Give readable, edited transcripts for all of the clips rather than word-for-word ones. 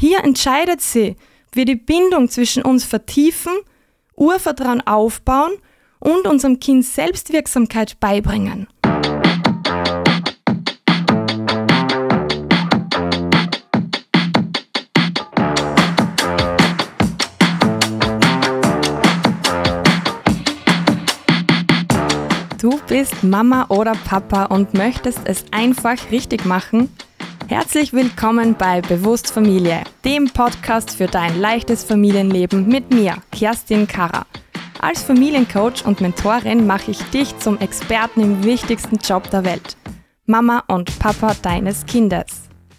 Hier entscheidet sie, ob wir die Bindung zwischen uns vertiefen, Urvertrauen aufbauen und unserem Kind Selbstwirksamkeit beibringen. Du bist Mama oder Papa und möchtest es einfach richtig machen? Herzlich willkommen bei Bewusst Familie, dem Podcast für dein leichtes Familienleben mit mir, Kerstin Karrer. Als Familiencoach und Mentorin mache ich dich zum Experten im wichtigsten Job der Welt, Mama und Papa deines Kindes.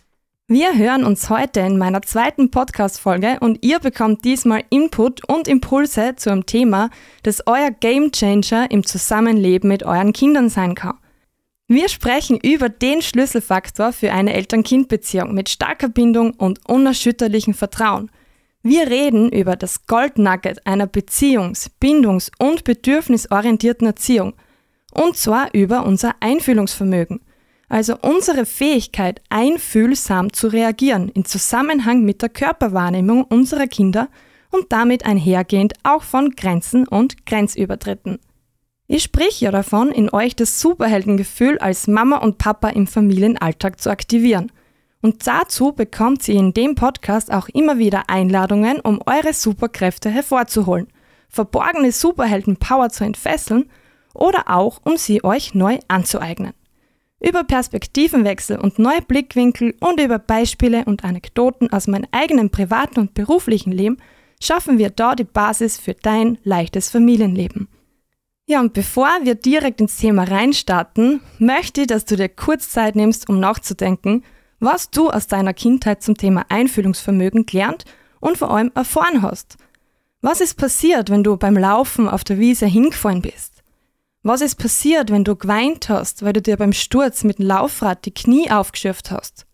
Wir hören uns heute in meiner zweiten Podcast-Folge und ihr bekommt diesmal Input und Impulse zu einem Thema, das euer Gamechanger im Zusammenleben mit euren Kindern sein kann. Wir sprechen über den Schlüsselfaktor für eine Eltern-Kind-Beziehung mit starker Bindung und unerschütterlichem Vertrauen. Wir reden über das Goldnugget einer beziehungs-, bindungs- und bedürfnisorientierten Erziehung. Und zwar über unser Einfühlungsvermögen. Also unsere Fähigkeit, einfühlsam zu reagieren in Zusammenhang mit der Körperwahrnehmung unserer Kinder und damit einhergehend auch von Grenzen und Grenzübertritten. Ich spreche ja davon, in euch das Superheldengefühl als Mama und Papa im Familienalltag zu aktivieren. Und dazu bekommt ihr in dem Podcast auch immer wieder Einladungen, um eure Superkräfte hervorzuholen, verborgene Superhelden-Power zu entfesseln oder auch, um sie euch neu anzueignen. Über Perspektivenwechsel und neue Blickwinkel und über Beispiele und Anekdoten aus meinem eigenen privaten und beruflichen Leben schaffen wir da die Basis für dein leichtes Familienleben. Ja, und bevor wir direkt ins Thema reinstarten, möchte ich, dass du dir kurz Zeit nimmst, um nachzudenken, was du aus deiner Kindheit zum Thema Einfühlungsvermögen gelernt und vor allem erfahren hast. Was ist passiert, wenn du beim Laufen auf der Wiese hingefallen bist? Was ist passiert, wenn du geweint hast, weil du dir beim Sturz mit dem Laufrad die Knie aufgeschürft hast?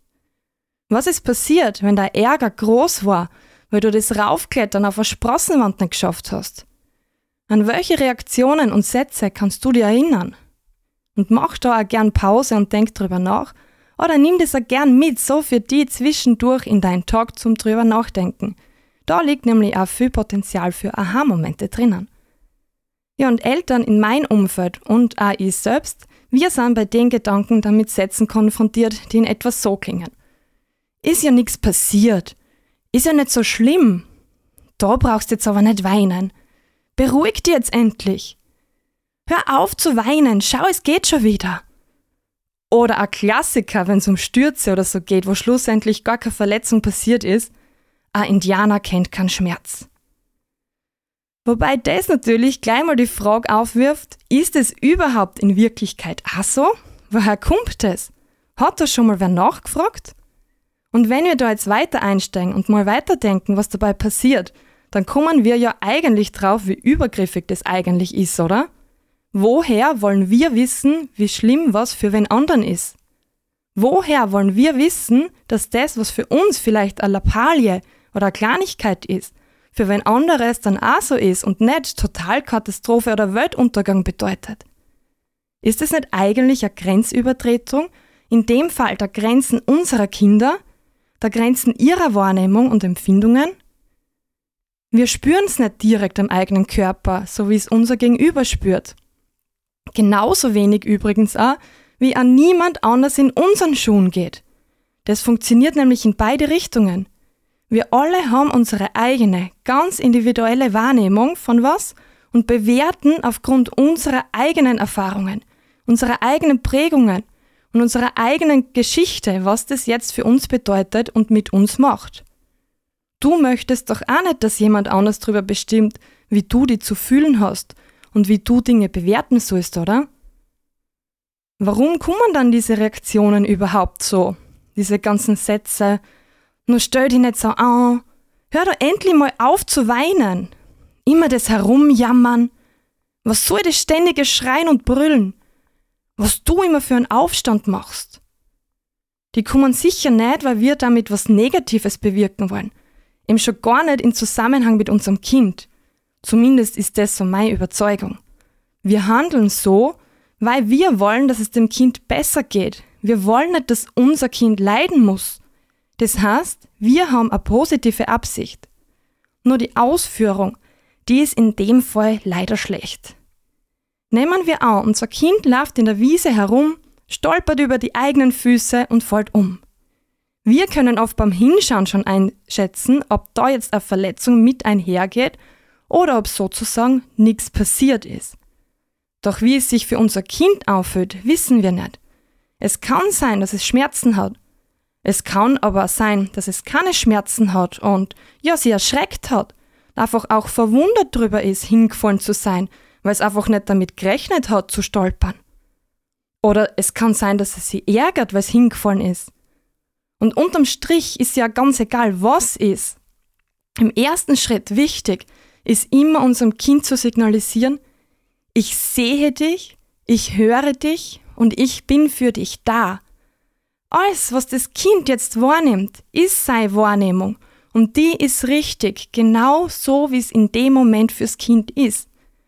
Was ist passiert, wenn der Ärger groß war, weil du das Raufklettern auf eine Sprossenwand nicht geschafft hast? An welche Reaktionen und Sätze kannst du dir erinnern? Und mach da auch gern Pause und denk drüber nach, oder nimm das auch gern mit, so für die zwischendurch in deinen Tag zum drüber nachdenken. Da liegt nämlich auch viel Potenzial für Aha-Momente drinnen. Ja, und Eltern in meinem Umfeld und auch ich selbst, wir sind bei den Gedanken dann mit Sätzen konfrontiert, die in etwas so klingen. Ist ja nichts passiert. Ist ja nicht so schlimm. Da brauchst du jetzt aber nicht weinen. Beruhig dich jetzt endlich. Hör auf zu weinen, schau, es geht schon wieder. Oder ein Klassiker, wenn es um Stürze oder so geht, wo schlussendlich gar keine Verletzung passiert ist, ein Indianer kennt keinen Schmerz. Wobei das natürlich gleich mal die Frage aufwirft, ist es überhaupt in Wirklichkeit auch so? Woher kommt es? Hat da schon mal wer nachgefragt? Und wenn wir da jetzt weiter einsteigen und mal weiterdenken, was dabei passiert, dann kommen wir ja eigentlich drauf, wie übergriffig das eigentlich ist, oder? Woher wollen wir wissen, wie schlimm was für wen anderen ist? Woher wollen wir wissen, dass das, was für uns vielleicht eine Lappalie oder eine Kleinigkeit ist, für wen anderes dann auch so ist und nicht Totalkatastrophe oder Weltuntergang bedeutet? Ist es nicht eigentlich eine Grenzübertretung, in dem Fall der Grenzen unserer Kinder, der Grenzen ihrer Wahrnehmung und Empfindungen? Wir spüren es nicht direkt am eigenen Körper, so wie es unser Gegenüber spürt. Genauso wenig übrigens auch, wie an niemand anders in unseren Schuhen geht. Das funktioniert nämlich in beide Richtungen. Wir alle haben unsere eigene, ganz individuelle Wahrnehmung von was und bewerten aufgrund unserer eigenen Erfahrungen, unserer eigenen Prägungen und unserer eigenen Geschichte, was das jetzt für uns bedeutet und mit uns macht. Du möchtest doch auch nicht, dass jemand anders darüber bestimmt, wie du dich zu fühlen hast und wie du Dinge bewerten sollst, oder? Warum kommen dann diese Reaktionen überhaupt so? Diese ganzen Sätze, nur stell dich nicht so an, hör doch endlich mal auf zu weinen. Immer das Herumjammern. Was soll das ständige Schreien und Brüllen? Was du immer für einen Aufstand machst. Die kommen sicher nicht, weil wir damit was Negatives bewirken wollen. Eben schon gar nicht in Zusammenhang mit unserem Kind. Zumindest ist das so meine Überzeugung. Wir handeln so, weil wir wollen, dass es dem Kind besser geht. Wir wollen nicht, dass unser Kind leiden muss. Das heißt, wir haben eine positive Absicht. Nur die Ausführung, die ist in dem Fall leider schlecht. Nehmen wir an, unser Kind läuft in der Wiese herum, stolpert über die eigenen Füße und fällt um. Wir können oft beim Hinschauen schon einschätzen, ob da jetzt eine Verletzung mit einhergeht oder ob sozusagen nichts passiert ist. Doch wie es sich für unser Kind anfühlt, wissen wir nicht. Es kann sein, dass es Schmerzen hat. Es kann aber sein, dass es keine Schmerzen hat und sie erschreckt hat, einfach auch verwundert drüber ist, hingefallen zu sein, weil es einfach nicht damit gerechnet hat, zu stolpern. Oder es kann sein, dass es sie ärgert, weil es hingefallen ist. Und unterm Strich ist ja ganz egal, was ist. Im ersten Schritt wichtig ist immer unserem Kind zu signalisieren, ich sehe dich, ich höre dich und ich bin für dich da. Alles, was das Kind jetzt wahrnimmt, ist seine Wahrnehmung und die ist richtig, genau so, wie es in dem Moment fürs Kind ist.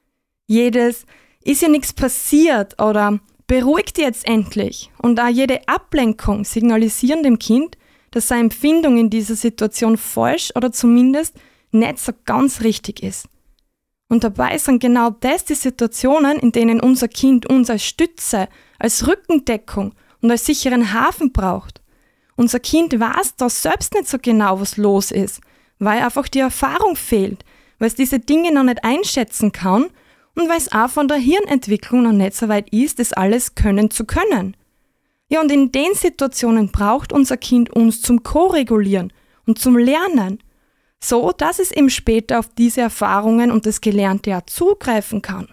Jedes ist ja nichts passiert oder beruhigt jetzt endlich und auch jede Ablenkung signalisieren dem Kind, dass seine Empfindung in dieser Situation falsch oder zumindest nicht so ganz richtig ist. Und dabei sind genau das die Situationen, in denen unser Kind uns als Stütze, als Rückendeckung und als sicheren Hafen braucht. Unser Kind weiß da selbst nicht so genau, was los ist, weil einfach die Erfahrung fehlt, weil es diese Dinge noch nicht einschätzen kann und weil es auch von der Hirnentwicklung noch nicht so weit ist, das alles können zu können. Ja, und in den Situationen braucht unser Kind uns zum Co-Regulieren und zum Lernen, so dass es eben später auf diese Erfahrungen und das Gelernte auch zugreifen kann.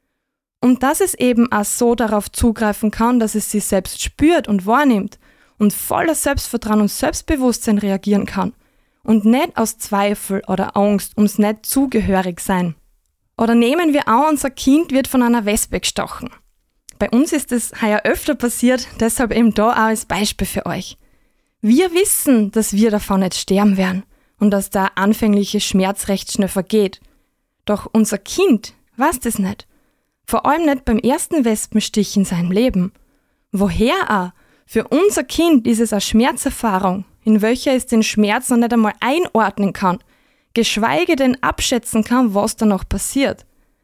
Und dass es eben auch so darauf zugreifen kann, dass es sich selbst spürt und wahrnimmt und voller Selbstvertrauen und Selbstbewusstsein reagieren kann und nicht aus Zweifel oder Angst ums nicht zugehörig sein. Oder nehmen wir an, unser Kind wird von einer Wespe gestochen. Bei uns ist es heuer öfter passiert, deshalb eben da auch als Beispiel für euch. Wir wissen, dass wir davon nicht sterben werden und dass der anfängliche Schmerz recht schnell vergeht. Doch unser Kind weiß das nicht. Vor allem nicht beim ersten Wespenstich in seinem Leben. Woher auch? Für unser Kind ist es eine Schmerzerfahrung, in welcher es den Schmerz noch nicht einmal einordnen kann, geschweige denn abschätzen kann, was da noch passiert.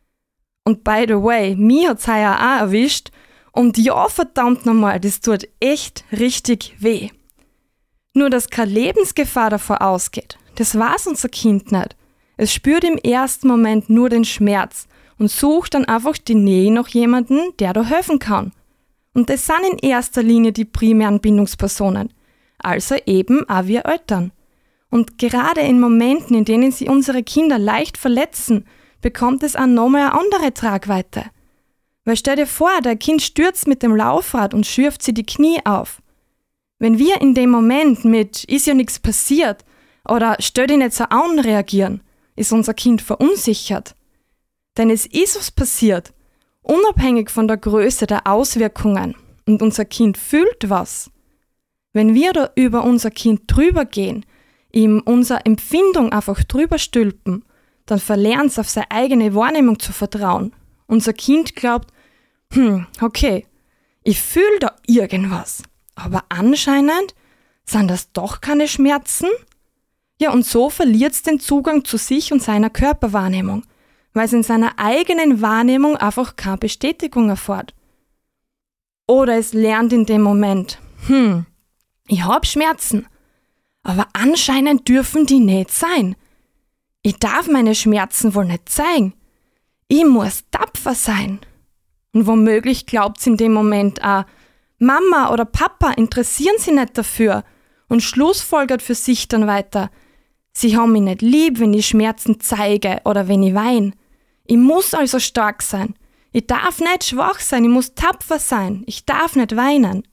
Und by the way, mir hat's heuer auch erwischt und ja, verdammt nochmal, das tut echt richtig weh. Nur, dass keine Lebensgefahr davor ausgeht, das weiß unser Kind nicht. Es spürt im ersten Moment nur den Schmerz und sucht dann einfach die Nähe nach jemandem, der da helfen kann. Und das sind in erster Linie die primären Bindungspersonen, also eben auch wir Eltern. Und gerade in Momenten, in denen sie unsere Kinder leicht verletzen, bekommt es auch nochmal eine andere Tragweite. Weil stell dir vor, dein Kind stürzt mit dem Laufrad und schürft sie die Knie auf. Wenn wir in dem Moment mit ist ja nichts passiert oder stell dich nicht so an reagieren, ist unser Kind verunsichert. Denn es ist was passiert, unabhängig von der Größe der Auswirkungen und unser Kind fühlt was. Wenn wir da über unser Kind drüber gehen, ihm unsere Empfindung einfach drüber stülpen, dann verlernt es auf seine eigene Wahrnehmung zu vertrauen. Unser Kind glaubt, okay, ich fühle da irgendwas, aber anscheinend sind das doch keine Schmerzen? Ja, und so verliert es den Zugang zu sich und seiner Körperwahrnehmung, weil es in seiner eigenen Wahrnehmung einfach keine Bestätigung erfährt. Oder es lernt in dem Moment, ich hab Schmerzen, aber anscheinend dürfen die nicht sein. Ich darf meine Schmerzen wohl nicht zeigen. Ich muss tapfer sein. Und womöglich glaubt's in dem Moment auch, Mama oder Papa interessieren sich nicht dafür und schlussfolgert für sich dann weiter, sie haben mich nicht lieb, wenn ich Schmerzen zeige oder wenn ich weine. Ich muss also stark sein. Ich darf nicht schwach sein, ich muss tapfer sein. Ich darf nicht weinen.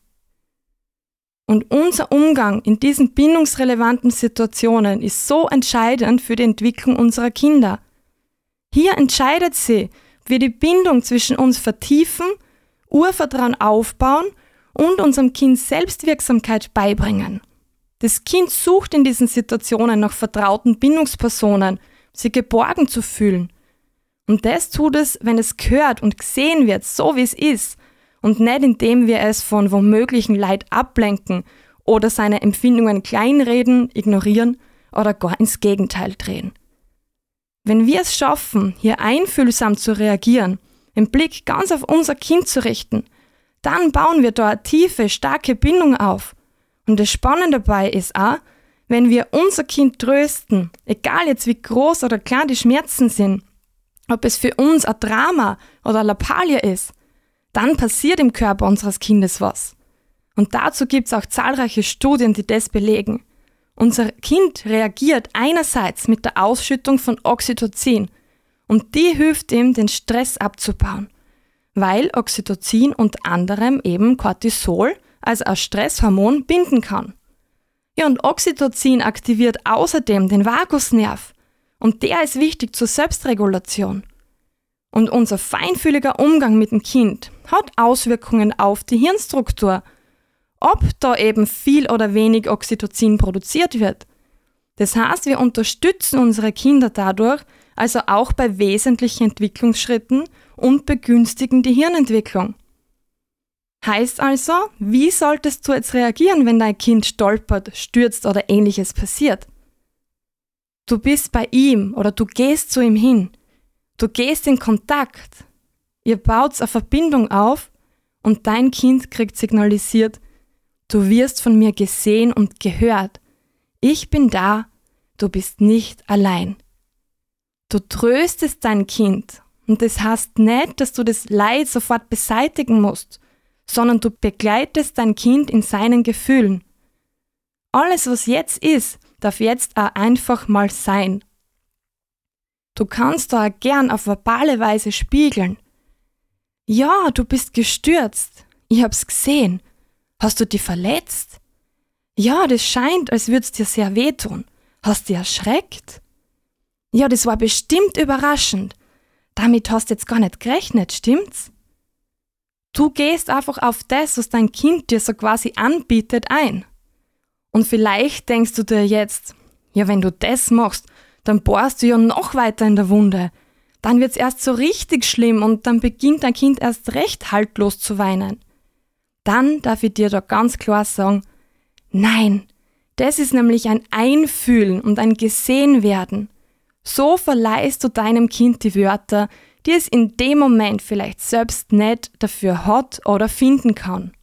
Und unser Umgang in diesen bindungsrelevanten Situationen ist so entscheidend für die Entwicklung unserer Kinder. Hier entscheidet sie, ob wir die Bindung zwischen uns vertiefen, Urvertrauen aufbauen und unserem Kind Selbstwirksamkeit beibringen. Das Kind sucht in diesen Situationen nach vertrauten Bindungspersonen, um sich geborgen zu fühlen. Und das tut es, wenn es gehört und gesehen wird, so wie es ist, und nicht indem wir es von womöglichen Leid ablenken oder seine Empfindungen kleinreden, ignorieren oder gar ins Gegenteil drehen. Wenn wir es schaffen, hier einfühlsam zu reagieren, den Blick ganz auf unser Kind zu richten, dann bauen wir da eine tiefe, starke Bindung auf. Und das Spannende dabei ist auch, wenn wir unser Kind trösten, egal jetzt wie groß oder klein die Schmerzen sind, ob es für uns ein Drama oder Lappalie ist, dann passiert im Körper unseres Kindes was. Und dazu gibt es auch zahlreiche Studien, die das belegen. Unser Kind reagiert einerseits mit der Ausschüttung von Oxytocin und die hilft ihm, den Stress abzubauen, weil Oxytocin unter anderem eben Cortisol, also ein Stresshormon, binden kann. Ja, und Oxytocin aktiviert außerdem den Vagusnerv und der ist wichtig zur Selbstregulation. Und unser feinfühliger Umgang mit dem Kind hat Auswirkungen auf die Hirnstruktur, ob da eben viel oder wenig Oxytocin produziert wird. Das heißt, wir unterstützen unsere Kinder dadurch, also auch bei wesentlichen Entwicklungsschritten und begünstigen die Hirnentwicklung. Heißt also, wie solltest du jetzt reagieren, wenn dein Kind stolpert, stürzt oder Ähnliches passiert? Du bist bei ihm oder du gehst zu ihm hin. Du gehst in Kontakt. Ihr baut eine Verbindung auf und dein Kind kriegt signalisiert, du wirst von mir gesehen und gehört. Ich bin da, du bist nicht allein. Du tröstest dein Kind und das heißt nicht, dass du das Leid sofort beseitigen musst, sondern du begleitest dein Kind in seinen Gefühlen. Alles, was jetzt ist, darf jetzt auch einfach mal sein. Du kannst da auch gern auf verbale Weise spiegeln. Ja, du bist gestürzt. Ich hab's gesehen. Hast du dich verletzt? Ja, das scheint, als würd's dir sehr wehtun. Hast du dich erschreckt? Ja, das war bestimmt überraschend. Damit hast du jetzt gar nicht gerechnet, stimmt's? Du gehst einfach auf das, was dein Kind dir so quasi anbietet, ein. Und vielleicht denkst du dir jetzt, ja, wenn du das machst, dann bohrst du ja noch weiter in der Wunde. Dann wird's erst so richtig schlimm und dann beginnt dein Kind erst recht haltlos zu weinen. Dann darf ich dir da ganz klar sagen, nein, das ist nämlich ein Einfühlen und ein Gesehenwerden. So verleihst du deinem Kind die Wörter, die es in dem Moment vielleicht selbst nicht dafür hat oder finden kann.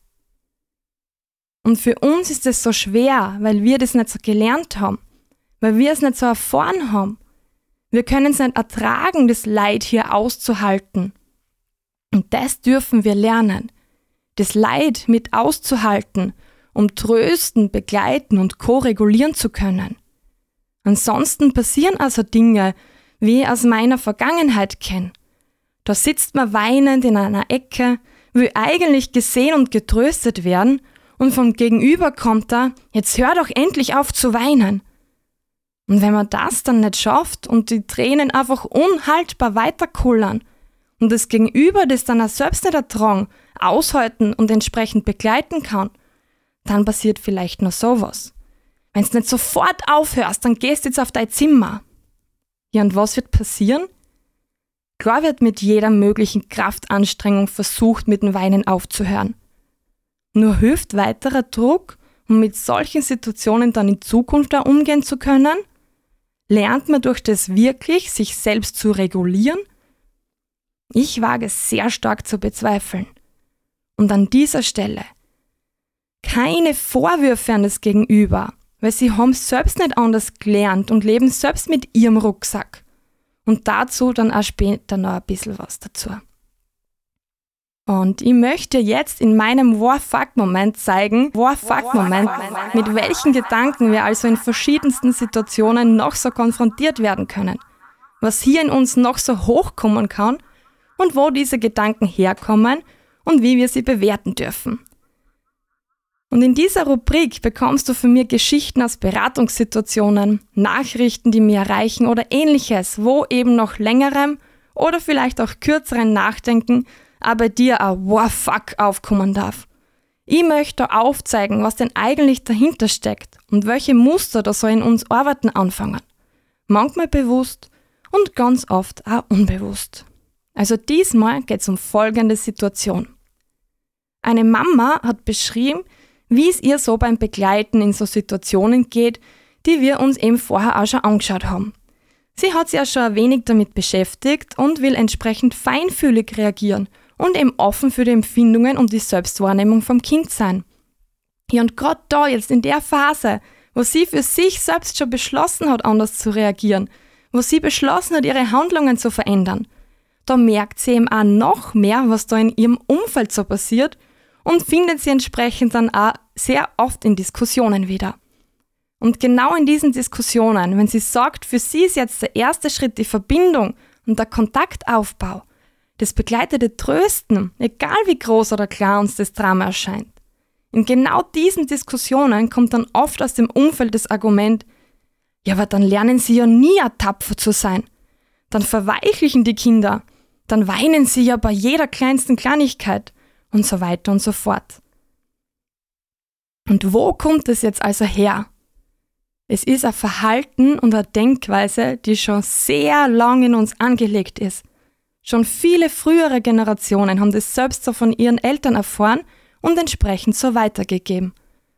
Und für uns ist es so schwer, weil wir das nicht so gelernt haben, weil wir es nicht so erfahren haben. Wir können es nicht ertragen, das Leid hier auszuhalten. Und das dürfen wir lernen, das Leid mit auszuhalten, um trösten, begleiten und ko-regulieren zu können. Ansonsten passieren also Dinge, wie ich aus meiner Vergangenheit kenne. Da sitzt man weinend in einer Ecke, will eigentlich gesehen und getröstet werden und vom Gegenüber kommt da, jetzt hör doch endlich auf zu weinen. Und wenn man das dann nicht schafft und die Tränen einfach unhaltbar weiterkullern und das Gegenüber das dann auch selbst nicht ertragen, aushalten und entsprechend begleiten kann, dann passiert vielleicht noch sowas. Wenn du nicht sofort aufhörst, dann gehst du jetzt auf dein Zimmer. Ja, und was wird passieren? Klar wird mit jeder möglichen Kraftanstrengung versucht, mit dem Weinen aufzuhören. Nur hilft weiterer Druck, um mit solchen Situationen dann in Zukunft auch umgehen zu können? Lernt man durch das wirklich, sich selbst zu regulieren? Ich wage es sehr stark zu bezweifeln. Und an dieser Stelle keine Vorwürfe an das Gegenüber, weil sie haben selbst nicht anders gelernt und leben selbst mit ihrem Rucksack. Und dazu dann auch später noch ein bisschen was dazu. Und ich möchte jetzt in meinem War-Fuck-Moment zeigen, mit welchen Gedanken wir also in verschiedensten Situationen noch so konfrontiert werden können, was hier in uns noch so hochkommen kann und wo diese Gedanken herkommen und wie wir sie bewerten dürfen. Und in dieser Rubrik bekommst du von mir Geschichten aus Beratungssituationen, Nachrichten, die mir erreichen oder Ähnliches, wo eben noch längerem oder vielleicht auch kürzeren Nachdenken auch bei dir ein Wow-Fuck aufkommen darf. Ich möchte aufzeigen, was denn eigentlich dahinter steckt und welche Muster da so in uns arbeiten anfangen. Manchmal bewusst und ganz oft auch unbewusst. Also diesmal geht es um folgende Situation. Eine Mama hat beschrieben, wie es ihr so beim Begleiten in so Situationen geht, die wir uns eben vorher auch schon angeschaut haben. Sie hat sich ja schon ein wenig damit beschäftigt und will entsprechend feinfühlig reagieren und eben offen für die Empfindungen und die Selbstwahrnehmung vom Kind sein. Ja, und gerade da jetzt in der Phase, wo sie für sich selbst schon beschlossen hat, anders zu reagieren, wo sie beschlossen hat, ihre Handlungen zu verändern, da merkt sie eben auch noch mehr, was da in ihrem Umfeld so passiert und findet sie entsprechend dann auch sehr oft in Diskussionen wieder. Und genau in diesen Diskussionen, wenn sie sagt, für sie ist jetzt der erste Schritt die Verbindung und der Kontaktaufbau, das begleitete Trösten, egal wie groß oder klar uns das Drama erscheint. In genau diesen Diskussionen kommt dann oft aus dem Umfeld das Argument, ja, aber dann lernen sie ja nie tapfer zu sein. Dann verweichlichen die Kinder. Dann weinen sie ja bei jeder kleinsten Kleinigkeit und so weiter und so fort. Und wo kommt es jetzt also her? Es ist ein Verhalten und eine Denkweise, die schon sehr lang in uns angelegt ist. Schon viele frühere Generationen haben das selbst so von ihren Eltern erfahren und entsprechend so weitergegeben.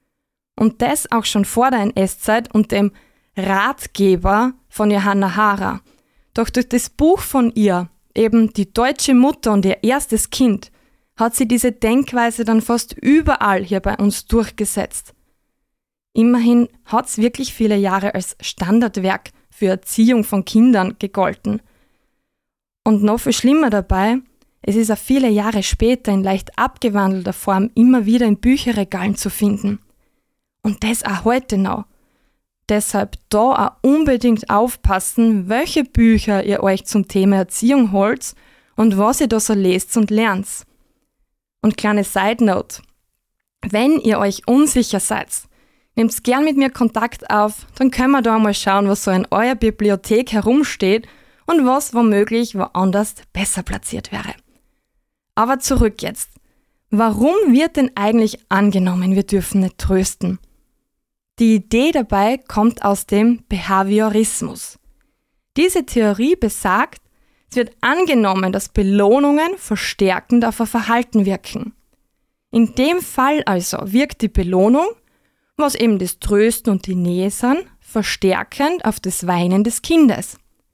Und das auch schon vor der NS-Zeit und dem Ratgeber von Johanna Hara. Doch durch das Buch von ihr, eben Die deutsche Mutter und ihr erstes Kind, hat sie diese Denkweise dann fast überall hier bei uns durchgesetzt. Immerhin hat es wirklich viele Jahre als Standardwerk für Erziehung von Kindern gegolten. Und noch viel schlimmer dabei, es ist auch viele Jahre später in leicht abgewandelter Form immer wieder in Bücherregalen zu finden. Und das auch heute noch. Deshalb da auch unbedingt aufpassen, welche Bücher ihr euch zum Thema Erziehung holt und was ihr da so lest und lernt. Und kleine Side Note: Wenn ihr euch unsicher seid, nehmt gern mit mir Kontakt auf, dann können wir da mal schauen, was so in eurer Bibliothek herumsteht und was womöglich woanders besser platziert wäre. Aber zurück jetzt. Warum wird denn eigentlich angenommen, wir dürfen nicht trösten? Die Idee dabei kommt aus dem Behaviorismus. Diese Theorie besagt, es wird angenommen, dass Belohnungen verstärkend auf ein Verhalten wirken. In dem Fall also wirkt die Belohnung, was eben das Trösten und die Nähe sind, verstärkend auf das Weinen des Kindes.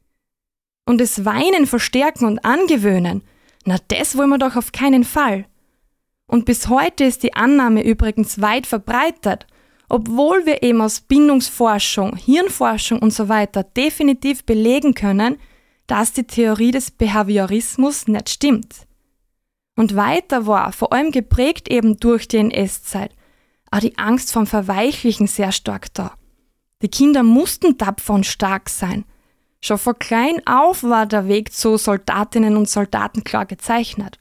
Und das Weinen verstärken und angewöhnen, na das wollen wir doch auf keinen Fall. Und bis heute ist die Annahme übrigens weit verbreitet, obwohl wir eben aus Bindungsforschung, Hirnforschung und so weiter definitiv belegen können, dass die Theorie des Behaviorismus nicht stimmt. Und weiter war, vor allem geprägt eben durch die NS-Zeit, auch die Angst vom Verweichlichen sehr stark da. Die Kinder mussten tapfer und stark sein. Schon von klein auf war der Weg zu Soldatinnen und Soldaten klar gezeichnet.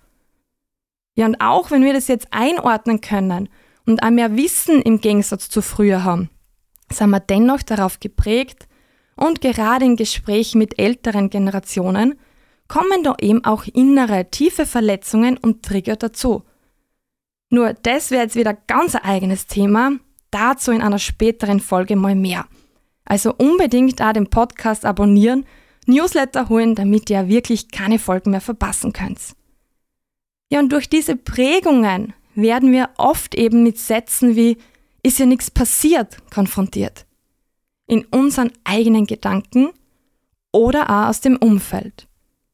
Ja, und auch wenn wir das jetzt einordnen können und auch mehr Wissen im Gegensatz zu früher haben, sind wir dennoch darauf geprägt und gerade in Gesprächen mit älteren Generationen kommen da eben auch innere, tiefe Verletzungen und Trigger dazu. Nur das wäre jetzt wieder ganz ein eigenes Thema, dazu in einer späteren Folge mal mehr. Also unbedingt auch den Podcast abonnieren, Newsletter holen, damit ihr wirklich keine Folgen mehr verpassen könnt. Ja, und durch diese Prägungen werden wir oft eben mit Sätzen wie „ist ja nichts passiert" konfrontiert. In unseren eigenen Gedanken oder auch aus dem Umfeld.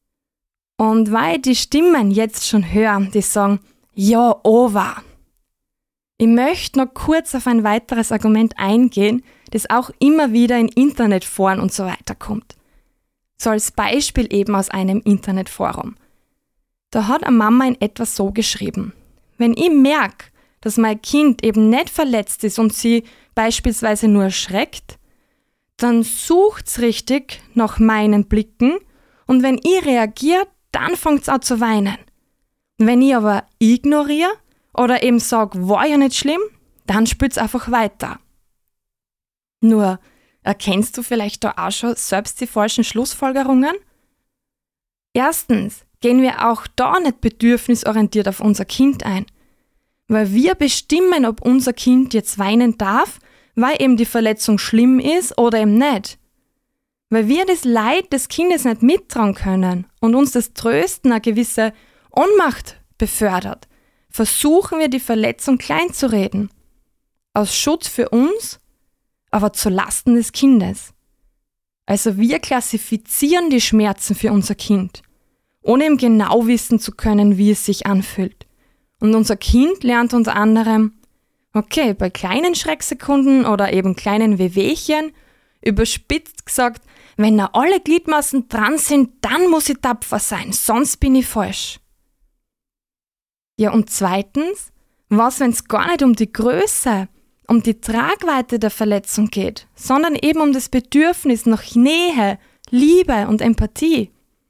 Und weil die Stimmen jetzt schon hören, die sagen „ja, over". Ich möchte noch kurz auf ein weiteres Argument eingehen, das auch immer wieder in Internetforen und so weiter kommt. So als Beispiel eben aus einem Internetforum. Da hat eine Mama in etwa so geschrieben: Wenn ich merke, dass mein Kind eben nicht verletzt ist und sie beispielsweise nur erschreckt, dann sucht's richtig nach meinen Blicken und wenn ich reagiere, dann fängt's an zu weinen. Wenn ich aber ignoriere oder eben sage, war ja nicht schlimm, dann spielt's einfach weiter. Nur, erkennst du vielleicht da auch schon selbst die falschen Schlussfolgerungen? Erstens gehen wir auch da nicht bedürfnisorientiert auf unser Kind ein, weil wir bestimmen, ob unser Kind jetzt weinen darf, weil eben die Verletzung schlimm ist oder eben nicht. Weil wir das Leid des Kindes nicht mittragen können und uns das Trösten eine gewisse Ohnmacht befördert, versuchen wir die Verletzung klein zu reden. aus Schutz für uns, aber zu Lasten des Kindes. Also wir klassifizieren die Schmerzen für unser Kind, ohne ihm genau wissen zu können, wie es sich anfühlt. Und unser Kind lernt unter anderem, okay, bei kleinen Schrecksekunden oder eben kleinen Wehwehchen, überspitzt gesagt, wenn da alle Gliedmaßen dran sind, dann muss ich tapfer sein, sonst bin ich falsch. Ja, und zweitens, was, wenn es gar nicht um die Größe, um die Tragweite der Verletzung geht, sondern eben um das Bedürfnis nach Nähe, Liebe und Empathie.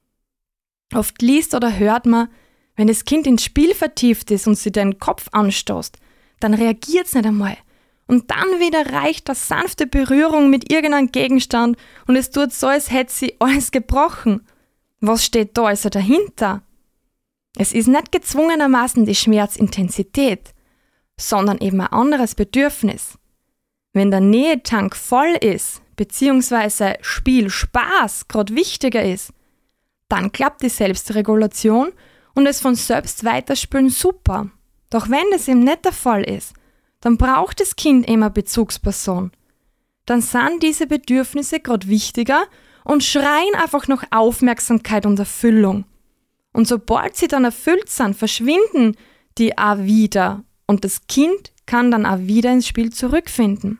Oft liest oder hört man, wenn das Kind ins Spiel vertieft ist und sie den Kopf anstoßt, dann reagiert es nicht einmal. Und dann wieder reicht eine sanfte Berührung mit irgendeinem Gegenstand und es tut so, als hätte sie alles gebrochen. Was steht da also dahinter? Es ist nicht gezwungenermaßen die Schmerzintensität, sondern eben ein anderes Bedürfnis. Wenn der Nähetank voll ist, beziehungsweise Spielspaß gerade wichtiger ist, dann klappt die Selbstregulation und es von selbst weiterspielen super. Doch wenn das eben nicht der Fall ist, dann braucht das Kind immer eine Bezugsperson. Dann sind diese Bedürfnisse gerade wichtiger und schreien einfach nach Aufmerksamkeit und Erfüllung. Und sobald sie dann erfüllt sind, verschwinden die auch wieder und das Kind kann dann auch wieder ins Spiel zurückfinden.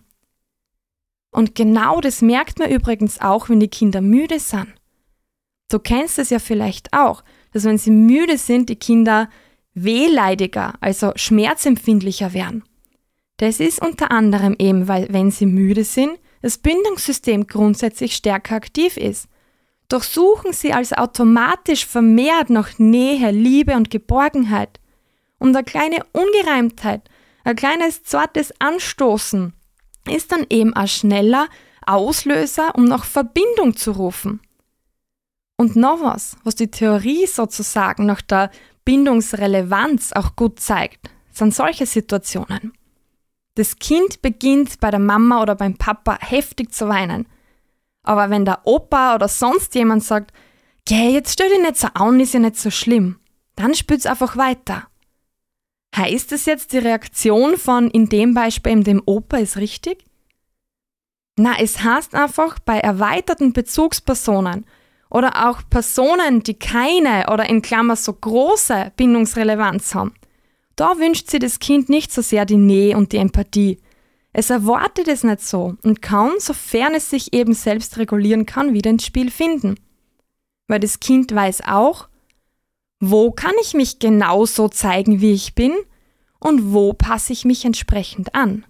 Und genau das merkt man übrigens auch, wenn die Kinder müde sind. Du kennst es ja vielleicht auch, dass wenn sie müde sind, die Kinder wehleidiger, also schmerzempfindlicher werden. Das ist unter anderem eben, weil wenn sie müde sind, das Bindungssystem grundsätzlich stärker aktiv ist. Doch suchen sie also automatisch vermehrt nach Nähe, Liebe und Geborgenheit. Und eine kleine Ungereimtheit, ein kleines zartes Anstoßen ist dann eben ein schneller Auslöser, um nach Verbindung zu rufen. Und noch was die Theorie sozusagen nach der Bindungsrelevanz auch gut zeigt, sind solche Situationen. Das Kind beginnt bei der Mama oder beim Papa heftig zu weinen. Aber wenn der Opa oder sonst jemand sagt, geh, jetzt stell dich nicht so an, ist ja nicht so schlimm, dann spürt's einfach weiter. Heißt es jetzt, die Reaktion von in dem Beispiel dem Opa ist richtig? Na, es heißt einfach, bei erweiterten Bezugspersonen oder auch Personen, die keine oder in Klammer so große Bindungsrelevanz haben, da wünscht sich das Kind nicht so sehr die Nähe und die Empathie. Es erwartet es nicht so und kann, sofern es sich eben selbst regulieren kann, wieder ins Spiel finden. Weil das Kind weiß auch, wo kann ich mich genauso zeigen, wie ich bin und wo passe ich mich entsprechend an.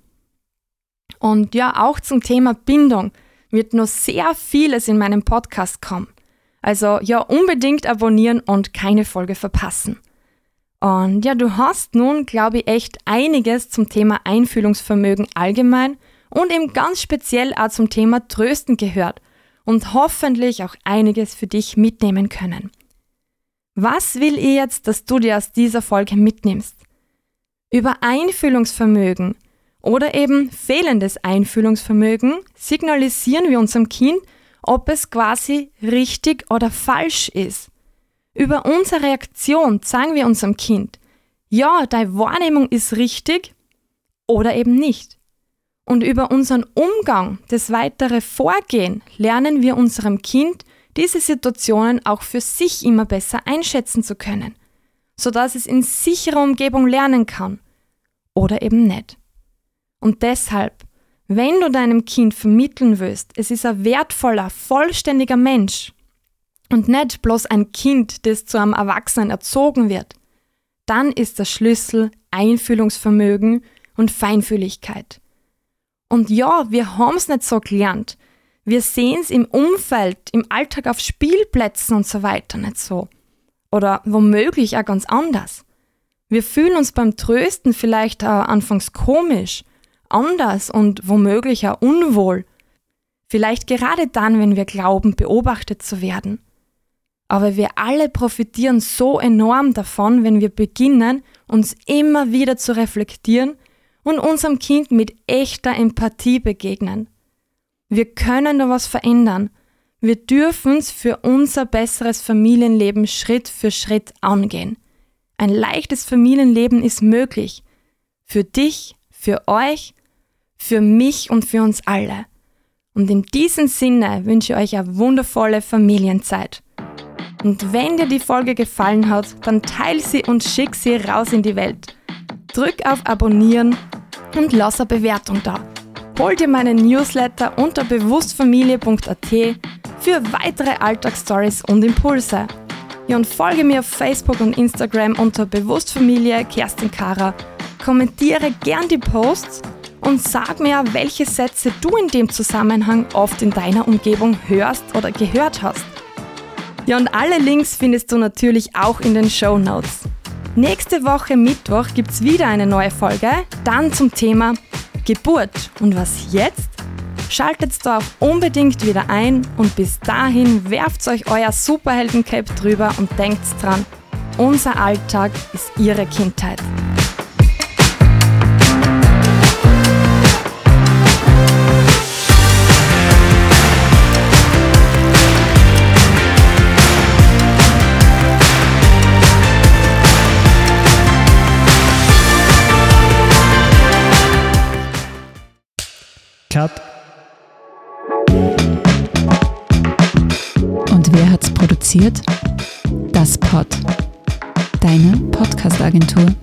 Und ja, auch zum Thema Bindung wird noch sehr vieles in meinem Podcast kommen. Also ja, unbedingt abonnieren und keine Folge verpassen. Und ja, du hast nun, glaube ich, echt einiges zum Thema Einfühlungsvermögen allgemein und eben ganz speziell auch zum Thema Trösten gehört und hoffentlich auch einiges für dich mitnehmen können. Was will ich jetzt, dass du dir aus dieser Folge mitnimmst? Über Einfühlungsvermögen oder eben fehlendes Einfühlungsvermögen signalisieren wir unserem Kind, ob es quasi richtig oder falsch ist. Über unsere Reaktion sagen wir unserem Kind, ja, deine Wahrnehmung ist richtig oder eben nicht. Und über unseren Umgang, das weitere Vorgehen, lernen wir unserem Kind, diese Situationen auch für sich immer besser einschätzen zu können, sodass es in sicherer Umgebung lernen kann oder eben nicht. Und deshalb, wenn du deinem Kind vermitteln willst, es ist ein wertvoller, vollständiger Mensch und nicht bloß ein Kind, das zu einem Erwachsenen erzogen wird, dann ist der Schlüssel Einfühlungsvermögen und Feinfühligkeit. Und ja, wir haben es nicht so gelernt. Wir sehen es im Umfeld, im Alltag auf Spielplätzen und so weiter nicht so. Oder womöglich auch ganz anders. Wir fühlen uns beim Trösten vielleicht auch anfangs komisch, anders und womöglich auch unwohl. Vielleicht gerade dann, wenn wir glauben, beobachtet zu werden. Aber wir alle profitieren so enorm davon, wenn wir beginnen, uns immer wieder zu reflektieren und unserem Kind mit echter Empathie begegnen. Wir können da was verändern. Wir dürfen es für unser besseres Familienleben Schritt für Schritt angehen. Ein leichtes Familienleben ist möglich. Für dich, für euch für mich und für uns alle. Und in diesem Sinne wünsche ich euch eine wundervolle Familienzeit. Und wenn dir die Folge gefallen hat, dann teile sie und schick sie raus in die Welt. Drück auf Abonnieren und lass eine Bewertung da. Hol dir meinen Newsletter unter bewusstfamilie.at für weitere Alltagsstories und Impulse. Ja, und folge mir auf Facebook und Instagram unter Bewusstfamilie Kerstin Kara. Kommentiere gern die Posts und sag mir, welche Sätze du in dem Zusammenhang oft in deiner Umgebung hörst oder gehört hast. Ja, und alle Links findest du natürlich auch in den Shownotes. Nächste Woche Mittwoch gibt's wieder eine neue Folge, dann zum Thema Geburt. Und was jetzt? Schaltet da auch unbedingt wieder ein und bis dahin werft euch euer Superhelden-Cape drüber und denkt dran, unser Alltag ist ihre Kindheit. Cut. Und wer hat's produziert? Das Pod. Deine Podcast-Agentur.